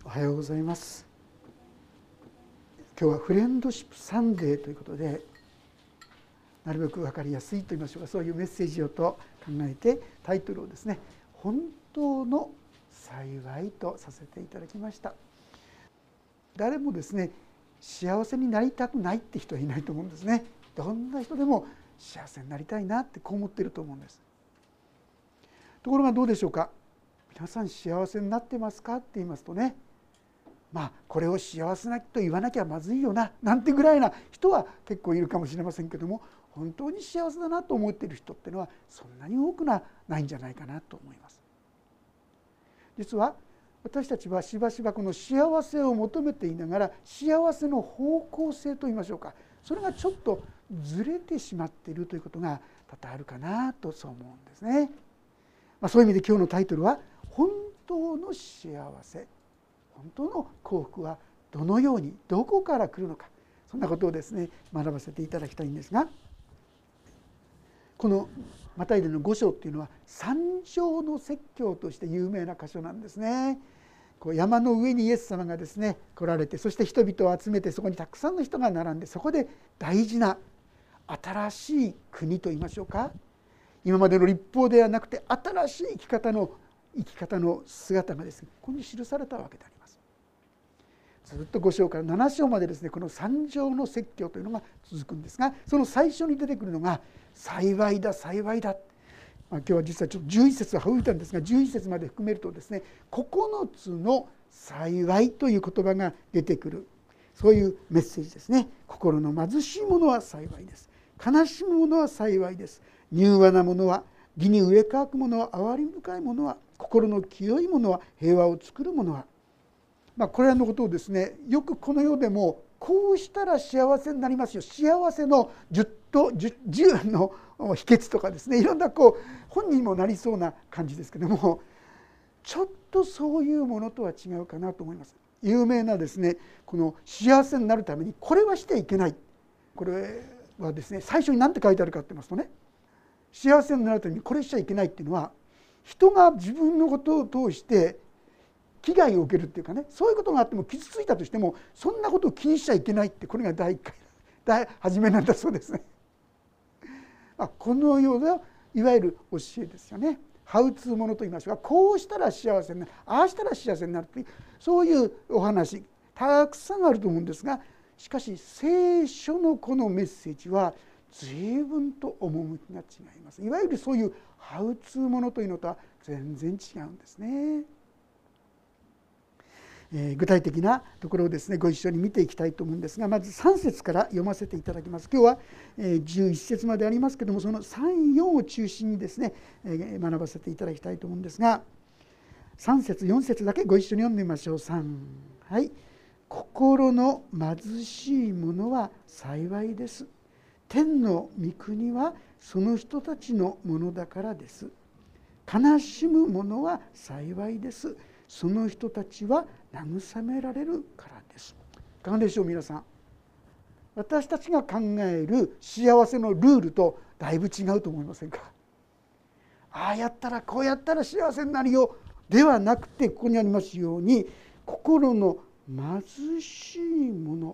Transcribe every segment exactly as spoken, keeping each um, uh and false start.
おはようございます。今日はフレンドシップサンデーということで、なるべく分かりやすいと言いましょうか、そういうメッセージをと考えてタイトルをですね、本当の幸いとさせていただきました。誰もですね、幸せになりたくないって人はいないと思うんですね。どんな人でも幸せになりたいなってこう思っていると思うんです。ところがどうでしょうか。皆さん幸せになってますかって言いますとね、まあこれを幸せなと言わなきゃまずいよななんてぐらいな人は結構いるかもしれませんけども、本当に幸せだなと思っている人っていうのはそんなに多くなないんじゃないかなと思います。実は私たちはしばしばこの幸せを求めていながら、幸せの方向性といいましょうか、それがちょっとずれてしまっているということが多々あるかなとそう思うんですね。まあ、そういう意味で今日のタイトルは本当の幸せ、本当の幸福はどのようにどこから来るのか、そんなことをですね学ばせていただきたいんですが、このマタイでのご章っていうのは山上の説教として有名な箇所なんですね。こう山の上にイエス様がですね来られて、そして人々を集めて、そこにたくさんの人が並んで、そこで大事な新しい国といいましょうか、今までの律法ではなくて新しい生き方の生き方の姿がですねここに記されたわけであります。ずっとご章からなな章までですねこの山上の説教というのが続くんですが、その最初に出てくるのが幸いだ幸いだ、まあ、今日は実はちょっとじゅういち節は省いたんですが、じゅういち節まで含めるとですねここのつの幸いという言葉が出てくる、そういうメッセージですね。心の貧しい者は幸いです、悲しむ者は幸いです、柔和な者は、義に植え替く者は、憐れみ深い者は、心の清い者は、平和を作る者は、まあ、これらのことをですねよくこの世でもこうしたら幸せになりますよ、幸せのじゅっとじゅうの秘訣とかですね、いろんなこう本にもなりそうな感じですけども、ちょっとそういうものとは違うかなと思います。有名なですねこの幸せになるためにこれはしてはいけない、これはですね最初に何て書いてあるかって言いますとね、幸せになるためにこれしちゃいけないっていうのは、人が自分のことを通して危害を受けるっていうかね、そういうことがあっても傷ついたとしてもそんなことを気にしちゃいけないって、これが第一回第初めなんだそうですね。あこのようないわゆる教えですよね。ハウツーものと言いましょうか、こうしたら幸せになる、ああしたら幸せになるっていう、そういうお話たくさんあると思うんですが、しかし聖書のこのメッセージは随分と趣が違います。いわゆるそういうハウツーものというのとは全然違うんですね。えー、具体的なところをですねご一緒に見ていきたいと思うんですが、まずさん節から読ませていただきます。今日はじゅういち節までありますけども、そのさん、よんを中心にですね学ばせていただきたいと思うんですが、さん節よん節だけご一緒に読んでみましょう。さん、はい。心の貧しい者は幸いです、天の御国はその人たちのものだからです。悲しむ者は幸いです、その人たちは慰められるからです。いかがでしょう皆さん。私たちが考える幸せのルールとだいぶ違うと思いませんか。ああやったらこうやったら幸せになるよではなくて、ここにありますように心の貧しい者、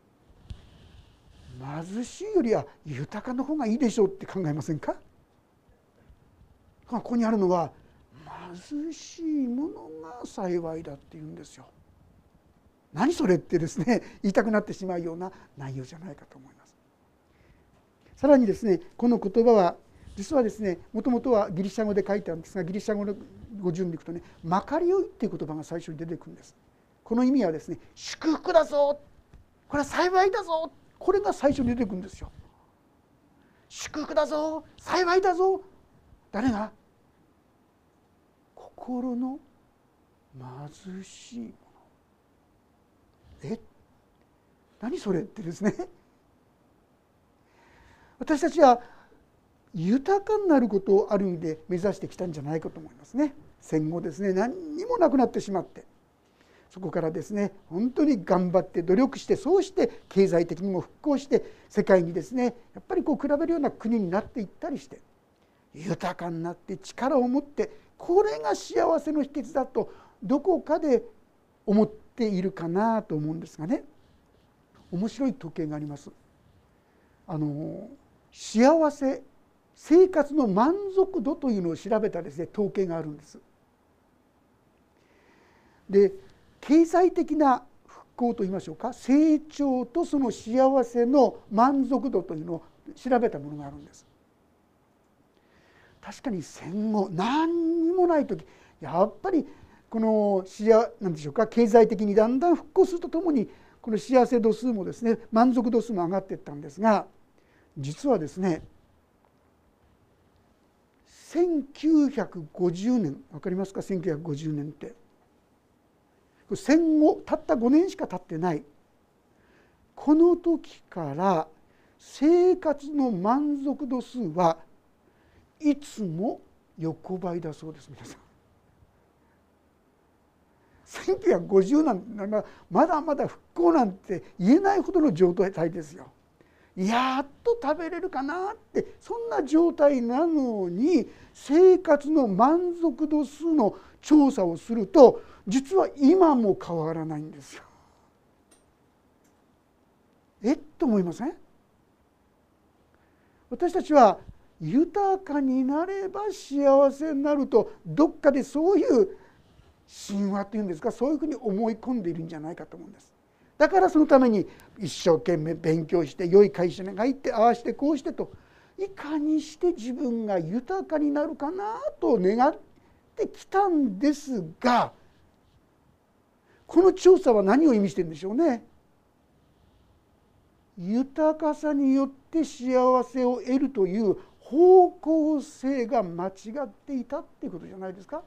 貧しいよりは豊かの方がいいでしょうって考えませんか。ここにあるのは貧しい者が幸いだっていうんですよ。何それってですね言いたくなってしまうような内容じゃないかと思います。さらにですねこの言葉は実はですねもともとはギリシャ語で書いてあるんですが、ギリシャ語の語順でいくとね、まかりよいっていう言葉が最初に出てくるんです。この意味はですね、祝福だぞ、これは幸いだぞ、これが最初に出てくるんですよ。祝福だぞ、幸いだぞ、誰が？心の貧しいもの。え、何それってですね、私たちは豊かになることをある意味で目指してきたんじゃないかと思いますね。戦後ですね、何にもなくなってしまって、そこからですね本当に頑張って努力して、そうして経済的にも復興して世界にですねやっぱりこう比べるような国になっていったりして、豊かになって力を持って、これが幸せの秘訣だとどこかで思っっているかなと思うんですがね、面白い統計があります。あの幸せ、生活の満足度というのを調べたですね、統計があるんです。で、経済的な復興といいましょうか、成長とその幸せの満足度というのを調べたものがあるんです。確かに戦後何にもない時、やっぱりこの幸なんでしょうか、経済的にだんだん復興するとともにこの幸せ度数もですね、満足度数も上がっていったんですが、実はですね、せんきゅうひゃくごじゅうねん、分かりますか、せんきゅうひゃくごじゅうねんって戦後たったごねんしか経ってない、この時から生活の満足度数はいつも横ばいだそうです。皆さん、せんきゅうひゃくごじゅうなんてまだまだ復興なんて言えないほどの状態ですよ。やっと食べれるかなって、そんな状態なのに生活の満足度数の調査をすると、実は今も変わらないんですよ。えっと思いません？私たちは豊かになれば幸せになると、どっかでそういう神話というんですか、そういうふうに思い込んでいるんじゃないかと思うんです。だからそのために一生懸命勉強して、良い会社に入って、ああしてこうしてと、いかにして自分が豊かになるかなと願ってきたんですが、この調査は何を意味しているんでしょうね。豊かさによって幸せを得るという方向性が間違っていたっていうことじゃないですか。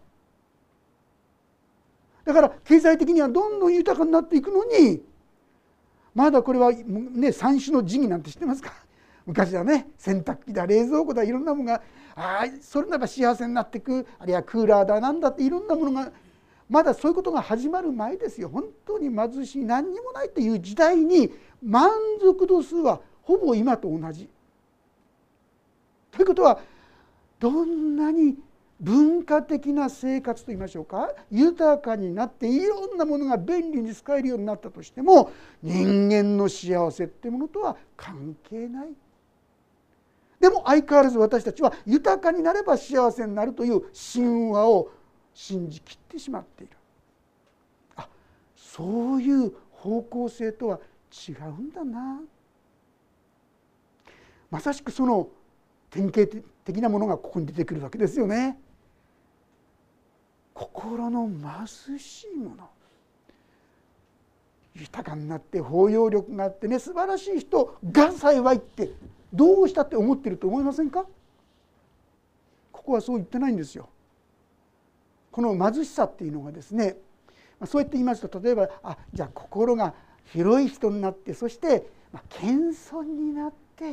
だから経済的にはどんどん豊かになっていくのに、まだこれはね、三種の神器なんて知ってますか？昔はね、洗濯機だ、冷蔵庫だ、いろんなものが、ああそれならば幸せになっていく、あるいはクーラーだなんだって、いろんなものが、まだそういうことが始まる前ですよ。本当に貧しい、何にもないという時代に満足度数はほぼ今と同じ。ということは、どんなに文化的な生活といいましょうか、豊かになっていろんなものが便利に使えるようになったとしても、人間の幸せっていうものとは関係ない。でも相変わらず私たちは豊かになれば幸せになるという神話を信じきってしまっている。あ、そういう方向性とは違うんだな。まさしくその典型的なものがここに出てくるわけですよね。心の貧しいもの、豊かになって包容力があってね、素晴らしい人が幸いってどうしたって思ってると思いませんか？ここはそう言ってないんですよ。この貧しさっていうのがですね、そうやって言いますと、例えばあじゃあ心が広い人になって、そして謙遜になって、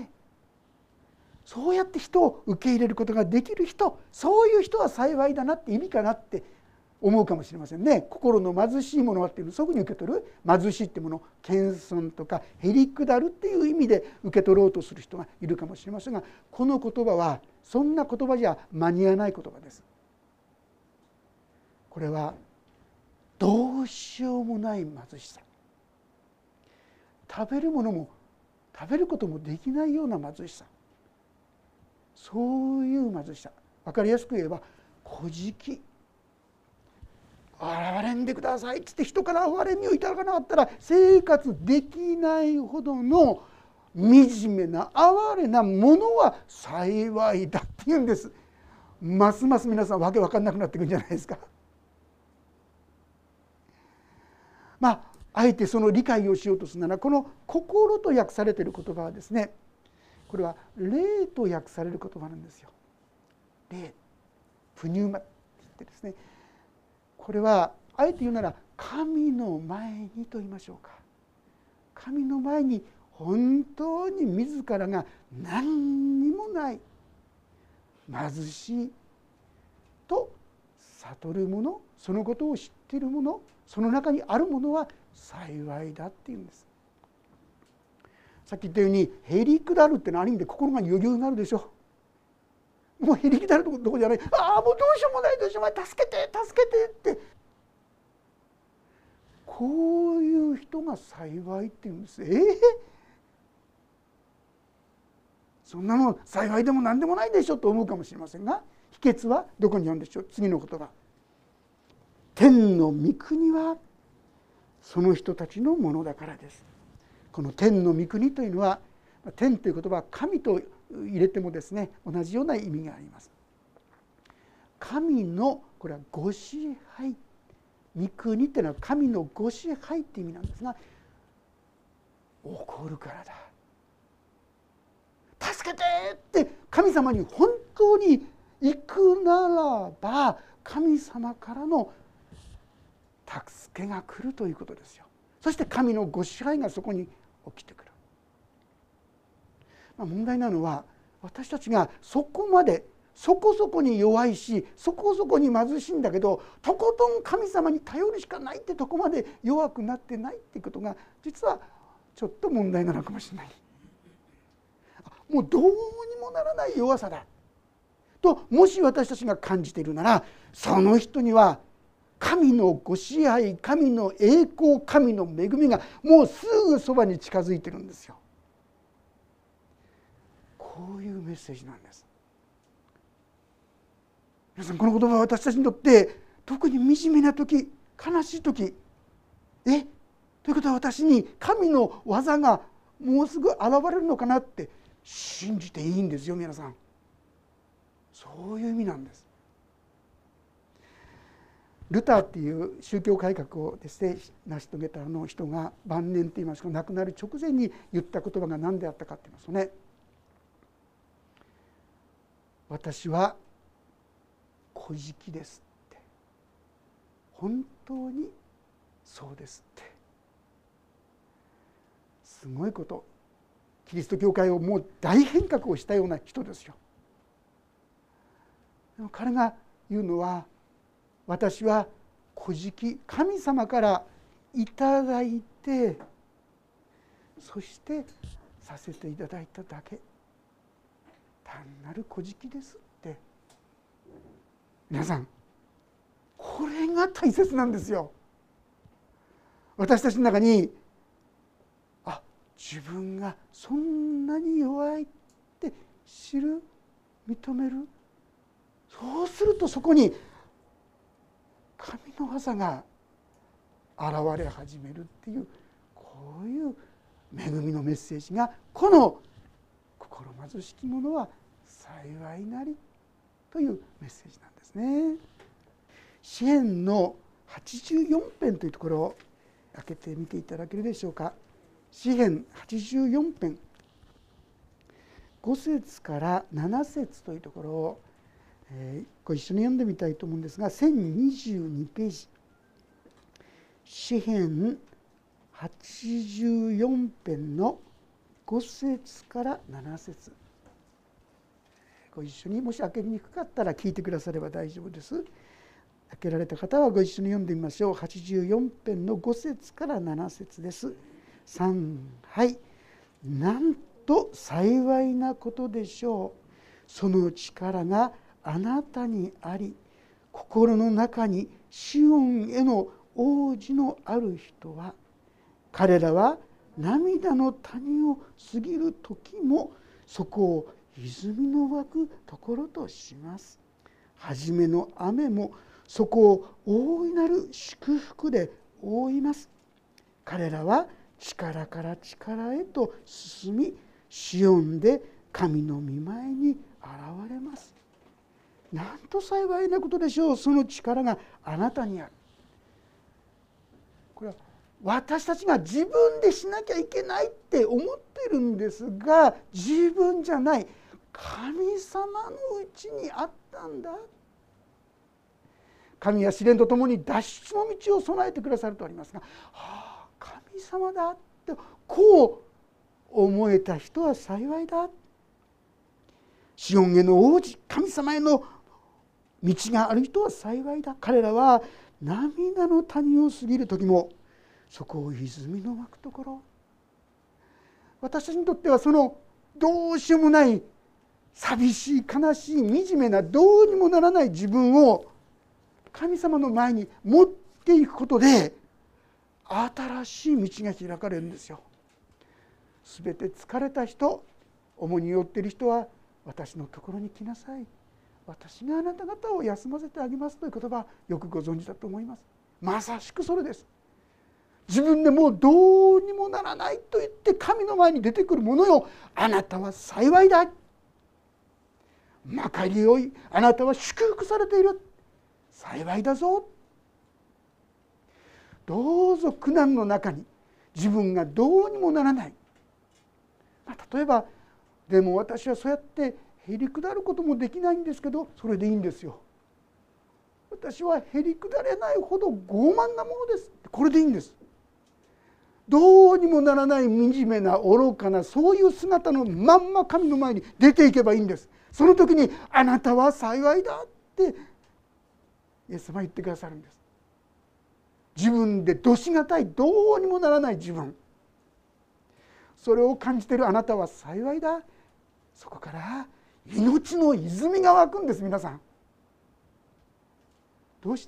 そうやって人を受け入れることができる人、そういう人は幸いだなって意味かなって思うかもしれませんね。心の貧しいものはっていうのをそういうふうに受け取る。貧しいっていうものを謙遜とかへりくだるっていう意味で受け取ろうとする人がいるかもしれませんが、この言葉はそんな言葉じゃ間に合わない言葉です。これはどうしようもない貧しさ、食べるものも食べることもできないような貧しさ、そういう貧しさ、分かりやすく言えば乞食、憐れんでくださいっつって人から憐れみをいただかなかったら生活できないほどの惨めな哀れなものは幸いだって言うんです。ますます皆さんわけ分かんなくなってくるんじゃないですか。まああえてその理解をしようとするなら、この心と訳されている言葉はですね、これは霊と訳される言葉なんですよ。霊、プニューマって言ってですね、これはあえて言うなら神の前にと言いましょうか。神の前に本当に自らが何にもない貧しいと悟る者、そのことを知っている者、その中にあるものは幸いだっていうんです。さっき言ったようにへりくだるってのはある意味で心が余裕になるでしょ。もうへりくだるとこじゃない、ああもうどうしようもないどうしようもない、助けて助けてって、 こういう人が幸いって言うんです。えー、そんなの幸いでも何でもないでしょと思うかもしれませんが、秘訣はどこにあるんでしょう。次の言葉、天の御国はその人たちのものだからです。この天の御国というのは、天という言葉は神と入れてもですね、同じような意味があります。神のこれはご支配、御国っていうのは神のご支配って意味なんですが、起こるからだ、助けてって神様に本当に行くならば、神様からの助けが来るということですよ。そして神のご支配がそこに起きてくる。まあ、問題なのは、私たちがそこまでそこそこに弱いし、そこそこに貧しいんだけど、とことん神様に頼るしかないってとこまで弱くなってないっていうことが、実はちょっと問題なのかもしれない。もうどうにもならない弱さだともし私たちが感じているなら、その人には神のご支配、神の栄光、神の恵みがもうすぐそばに近づいてるんですよ。こういうメッセージなんです。皆さん、この言葉は私たちにとって特に惨めな時、悲しい時、えということは私に神の技がもうすぐ現れるのかなって信じていいんですよ、皆さん。そういう意味なんです。ルターっていう宗教改革をですね成し遂げたあの人が晩年といいますか、亡くなる直前に言った言葉が何であったかと言いますとね、私は小じですって、本当にそうですって、すごいこと、キリスト教会をもう大変革をしたような人ですよ。でも彼が言うのは、私は小じき、神様からいただいて、そしてさせていただいただけ、単なる小じきですって。皆さん、これが大切なんですよ。私たちの中に、あ、自分がそんなに弱いって知る、認める。そうするとそこに神の技が現れ始めるっていう、こういう恵みのメッセージが、この心貧しき者は幸いなりというメッセージなんですね。詩編のはちじゅうよん編というところを開けてみていただけるでしょうか。詩編はちじゅうよん編ご節からなな節というところをご一緒に読んでみたいと思うんですが、せんにじゅうにページ、詩編はちじゅうよん編のご節からなな節、ご一緒に、もし開けにくかったら聞いてくだされば大丈夫です。開けられた方はご一緒に読んでみましょう。はちじゅうよん編のご節からなな節です。さん、はい。なんと幸いなことでしょう。その力があなたにあり、心の中にシオンへの王子のある人は、彼らは涙の谷を過ぎる時もそこを泉の湧くところとします。初めの雨もそこを大いなる祝福で覆います。彼らは力から力へと進み、シオンで神の御前に現れます。なんと幸いなことでしょう。その力があなたにある。これは私たちが自分でしなきゃいけないって思ってるんですが、自分じゃない、神様のうちにあったんだ。神は試練とともに脱出の道を備えてくださるとありますが、はあ、神様だってこう思えた人は幸いだ。シオンへの王子、神様への道がある人は幸いだ。彼らは涙の谷を過ぎる時もそこを泉の湧くところ。私たちにとってはそのどうしようもない寂しい、悲しい、惨めな、どうにもならない自分を神様の前に持っていくことで、 新しい道が開かれるんですよ。すべて疲れた人、重荷に負っている人は私のところに来なさい。私があなた方を休ませてあげますという言葉、よくご存知だと思います。まさしくそれです。自分でもうどうにもならないと言って神の前に出てくる者よ、あなたは幸いだ。まかりよい、あなたは祝福されている。幸いだぞ。どうぞ苦難の中に自分がどうにもならない、まあ、例えばでも私はそうやってへりくだることもできないんですけど、それでいいんですよ。私はへりくだれないほど傲慢なものです、これでいいんです。どうにもならない惨めな愚かなそういう姿のまんま神の前に出ていけばいいんです。その時にあなたは幸いだってイエス様は言ってくださるんです。自分でどしがたい、どうにもならない自分、それを感じているあなたは幸いだ。そこから命の泉が湧くんです。皆さんどうして？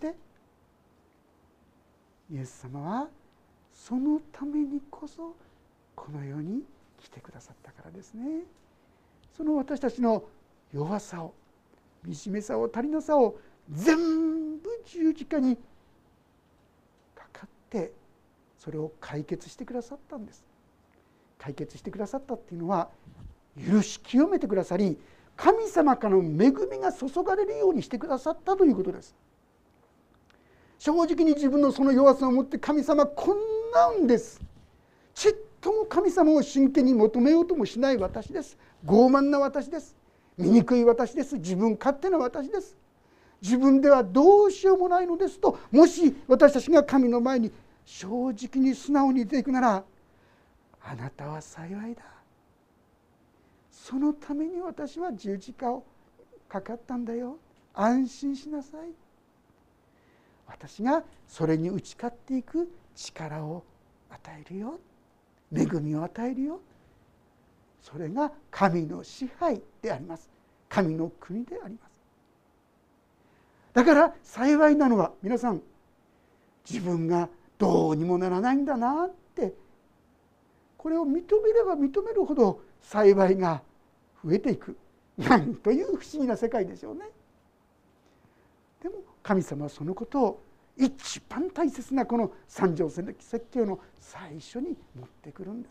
イエス様はそのためにこそこの世に来てくださったからですね。その私たちの弱さを、惨めさを、足りなさを全部十字架にかかってそれを解決してくださったんです。解決してくださったっていうのは、許し清めてくださり、神様からの恵みが注がれるようにしてくださったということです。正直に自分のその弱さを持って、神様こんなんです、ちっとも神様を真剣に求めようともしない私です、傲慢な私です、醜い私です、自分勝手な私です、自分ではどうしようもないのですと、もし私たちが神の前に正直に素直に出ていくなら、あなたは幸いだ、そのために私は十字架をかかったんだよ、安心しなさい、私がそれに打ち勝っていく力を与えるよ、恵みを与えるよ、それが神の支配であります。神の国であります。だから幸いなのは、皆さん自分がどうにもならないんだなって、これを認めれば認めるほど幸いが増えていく、なんという不思議な世界でしょうね。でも神様はそのことを一番大切なこの三条説教の最初に持ってくるんです。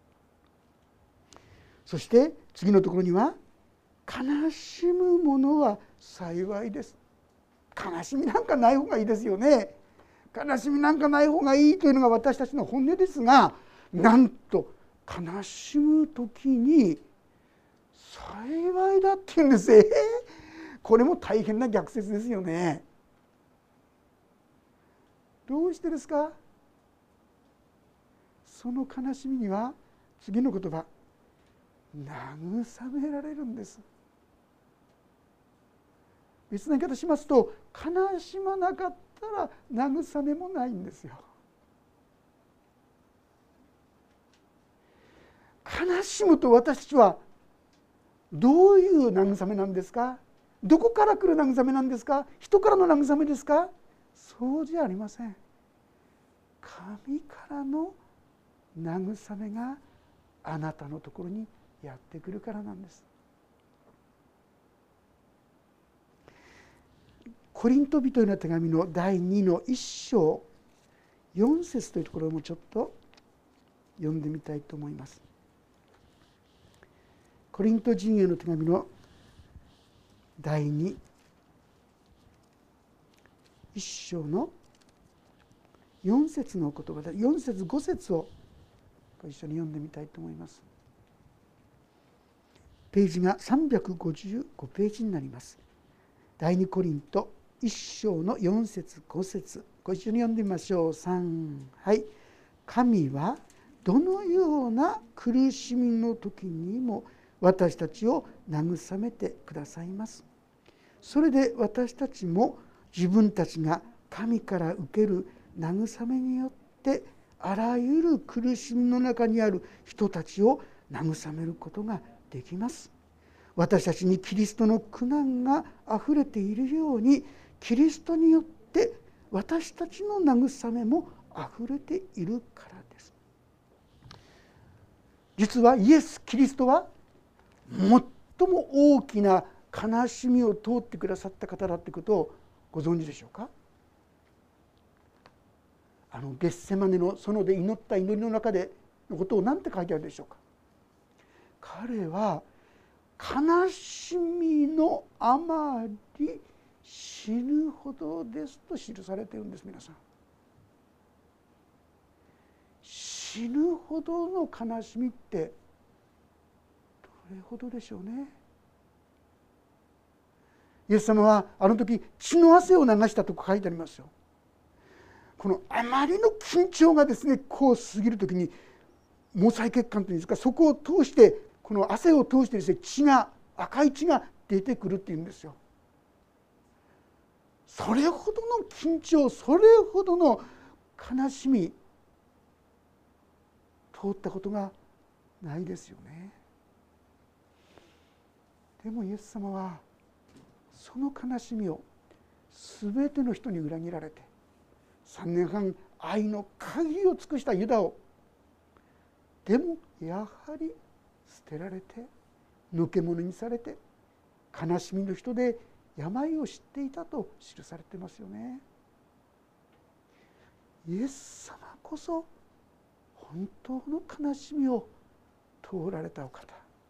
そして次のところには、悲しむ者は幸いです。悲しみなんかない方がいいですよね。悲しみなんかない方がいいというのが私たちの本音ですが、なんと悲しむ時に幸いだって言うんです。えー、これも大変な逆説ですよね。どうしてですか？その悲しみには次の言葉、慰められるんです。別な言い方しますと、悲しまなかったら慰めもないんですよ。悲しむと私たちはどういう慰めなんですか？どこから来る慰めなんですか？人からの慰めですか？そうじゃありません。神からの慰めがあなたのところにやってくるからなんです。コリント人への手紙のだいにのいっ章よん節というところもちょっと読んでみたいと思います。コリント人への手紙のだいにいっ章のよん節の言葉で、よん節ご節をご一緒に読んでみたいと思います。ページがさんびゃくごじゅうごページになります。だいにコリントいっ章のよん節ご節、ご一緒に読んでみましょう。さん、はい。神はどのような苦しみの時にも私たちを慰めてくださいます。それで私たちも自分たちが神から受ける慰めによってあらゆる苦しみの中にある人たちを慰めることができます。私たちにキリストの苦難があふれているように、キリストによって私たちの慰めもあふれているからです。実はイエス・キリストは最も大きな悲しみを通ってくださった方だということをご存知でしょうか。あのゲッセマネの園で祈った祈りの中でのことを何て書いてあるでしょうか。彼は悲しみのあまり死ぬほどですと記されているんです。皆さん、死ぬほどの悲しみってどれほどでしょうね。イエス様はあの時血の汗を流したと書いてありますよ。このあまりの緊張がですねこう過ぎる時に毛細血管というんですか、そこを通してこの汗を通してですね血が赤い血が出てくるっていうんですよ。それほどの緊張、それほどの悲しみ通ったことがないですよね。でもイエス様はその悲しみを全ての人に裏切られてさんねんはん愛の限りを尽くしたユダをでもやはり捨てられて抜け者にされて悲しみの人で病を知っていたと記されてますよね。イエス様こそ本当の悲しみを通られたお方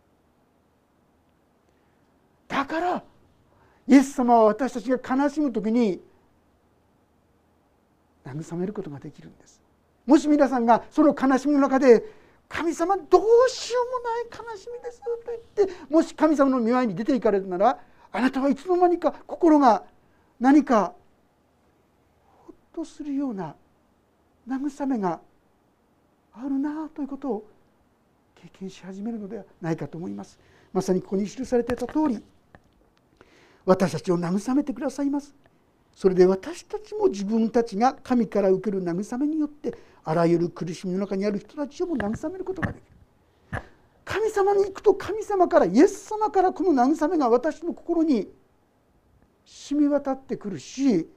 だから、イエス様は私たちが悲しむ時に慰めることができるんです。もし皆さんがその悲しみの中で神様どうしようもない悲しみですと言ってもし神様の御前に出て行かれるなら、あなたはいつの間にか心が何かほっとするような慰めがあるなということを経験し始めるのではないかと思います。まさにここに記されていた通り、私たちを慰めてくださいます。それで私たちも自分たちが神から受ける慰めによってあらゆる苦しみの中にある人たちをも慰めることができる。神様に行くと神様から、イエス様からこの慰めが私の心に染み渡ってくるし、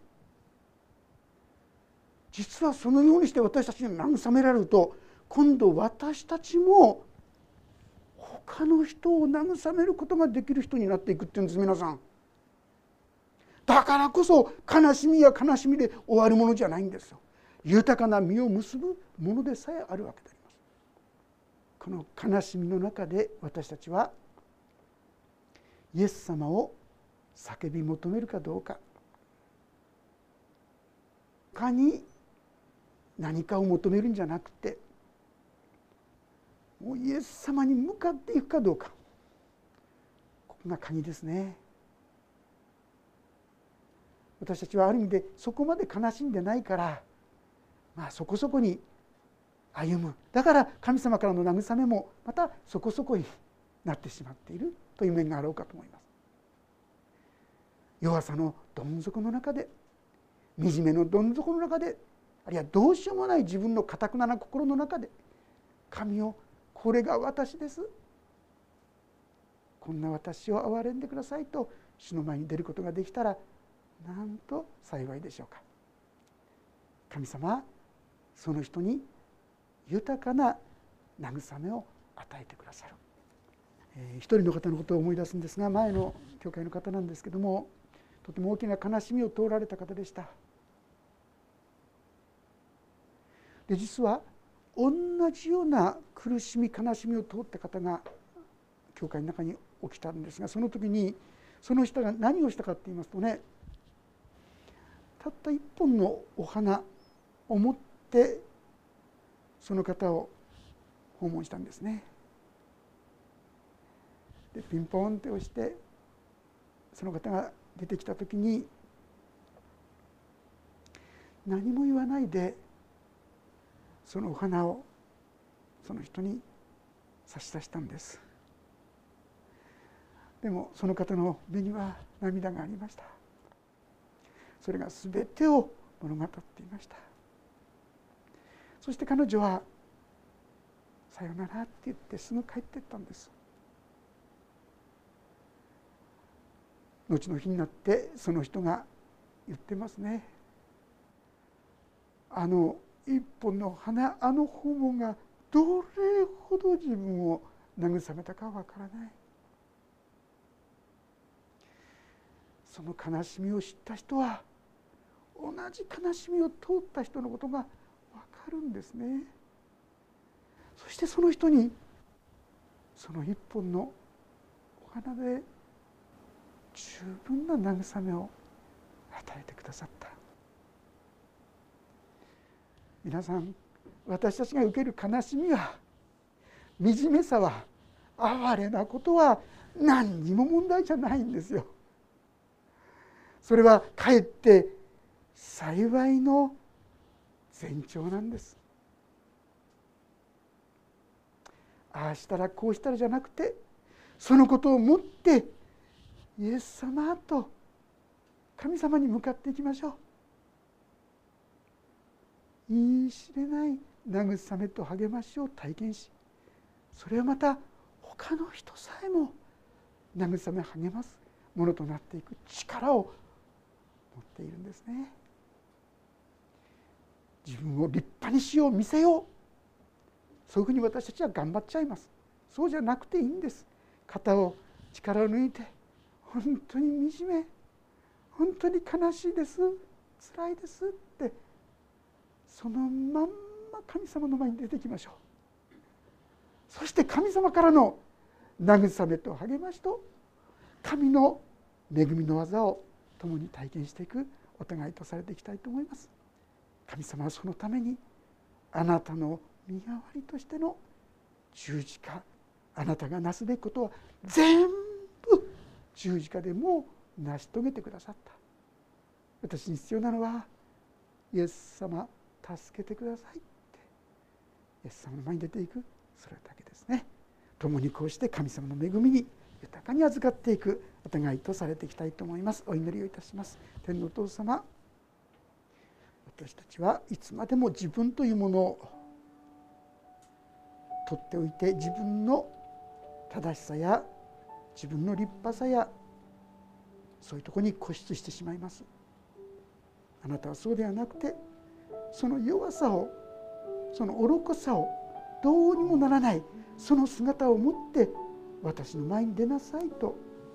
実はそのようにして私たちが慰められると今度私たちも他の人を慰めることができる人になっていくっていうんです。皆さん、だからこそ悲しみや悲しみで終わるものじゃないんですよ。豊かな実を結ぶものでさえあるわけであります。この悲しみの中で私たちはイエス様を叫び求めるかどうか、他に何かを求めるんじゃなくて、もうイエス様に向かっていくかどうか、ここが鍵ですね。私たちはある意味でそこまで悲しんでないから、まあそこそこに歩む。だから神様からの慰めもまたそこそこになってしまっているという面があろうかと思います。弱さのどん底の中で、惨めのどん底の中で、あるいはどうしようもない自分の堅くなな心の中で、神をこれが私です、こんな私を憐れんでくださいと主の前に出ることができたらなんと幸いでしょうか。神様、その人に豊かな慰めを与えてくださる。えー、一人の方のことを思い出すんですが、前の教会の方なんですけども、とても大きな悲しみを通られた方でした。で、実は同じような苦しみ悲しみを通った方が教会の中に起きたんですが、その時にその人が何をしたかと言いますとね、たった一本のお花を持ってその方を訪問したんですね。でピンポンって押してその方が出てきた時に何も言わないでそのお花をその人に差し出したんです。でもその方の目には涙がありました。それが全てを物語っていました。そして彼女はさよならって言ってすぐ帰っていったんです。後の日になってその人が言ってますね。あの一本の花、あの訪問がどれほど自分を慰めたかわからない。その悲しみを知った人は同じ悲しみを通った人のことがわかるんですね。そしてその人にその一本のお花で十分な慰めを与えてくださった。皆さん、私たちが受ける悲しみは、惨めさは、哀れなことは何にも問題じゃないんですよ。それはかえって幸いの前兆なんです。ああしたらこうしたらじゃなくて、そのことをもってイエス様と神様に向かっていきましょう。言い知れない慰めと励ましを体験し、それをまた他の人さえも慰め励ますものとなっていく力を持っているんですね。自分を立派にしよう、見せよう、そういうふうに私たちは頑張っちゃいます。そうじゃなくていいんです。肩を力を抜いて、本当に惨め、本当に悲しいです、辛いですって、そのまんま神様の前に出てきましょう。そして神様からの慰めと励ましと神の恵みの技を共に体験していくお互いとされていきたいと思います。神様はそのためにあなたの身代わりとしての十字架、あなたがなすべきことは全部十字架でもう成し遂げてくださった。私に必要なのはイエス様助けてくださいってイエス様の前に出ていく、それだけですね。共にこうして神様の恵みに豊かに預かっていくお互いとされていきたいと思います。お祈りをいたします。天のお父様、私たちはいつまでも自分というものを取っておいて、自分の正しさや自分の立派さやそういうところに固執してしまいます。あなたはそうではなくて、その弱さを、その愚かさを、どうにもならないその姿を持って私の前に出なさいと、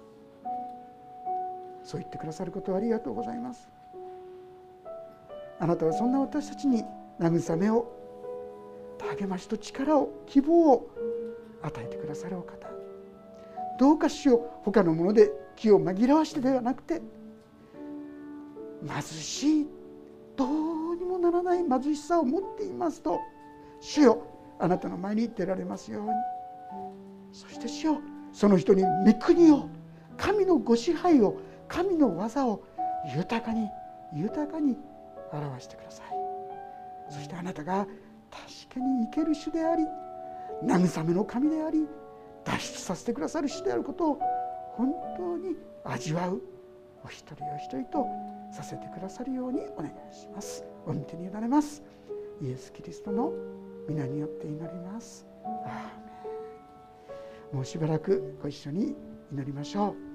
そう言ってくださることをありがとうございます。あなたはそんな私たちに慰めを、励ましと力を、希望を与えてくださるお方。どうか主よ、他のもので気を紛らわしてではなくて、貧しい、どうにもならない貧しさを持っていますと、主よ、あなたの前に出られますように。そして主よ、その人に御国を、神のご支配を、神の技を豊かに豊かに表してください。そしてあなたが確かに生ける主であり、慰めの神であり、脱出させてくださる主であることを本当に味わうお一人お一人とさせてくださるようにお願いします。お御手に委ねます。イエス・キリストの皆によって祈ります。アーメン。もうしばらくご一緒に祈りましょう。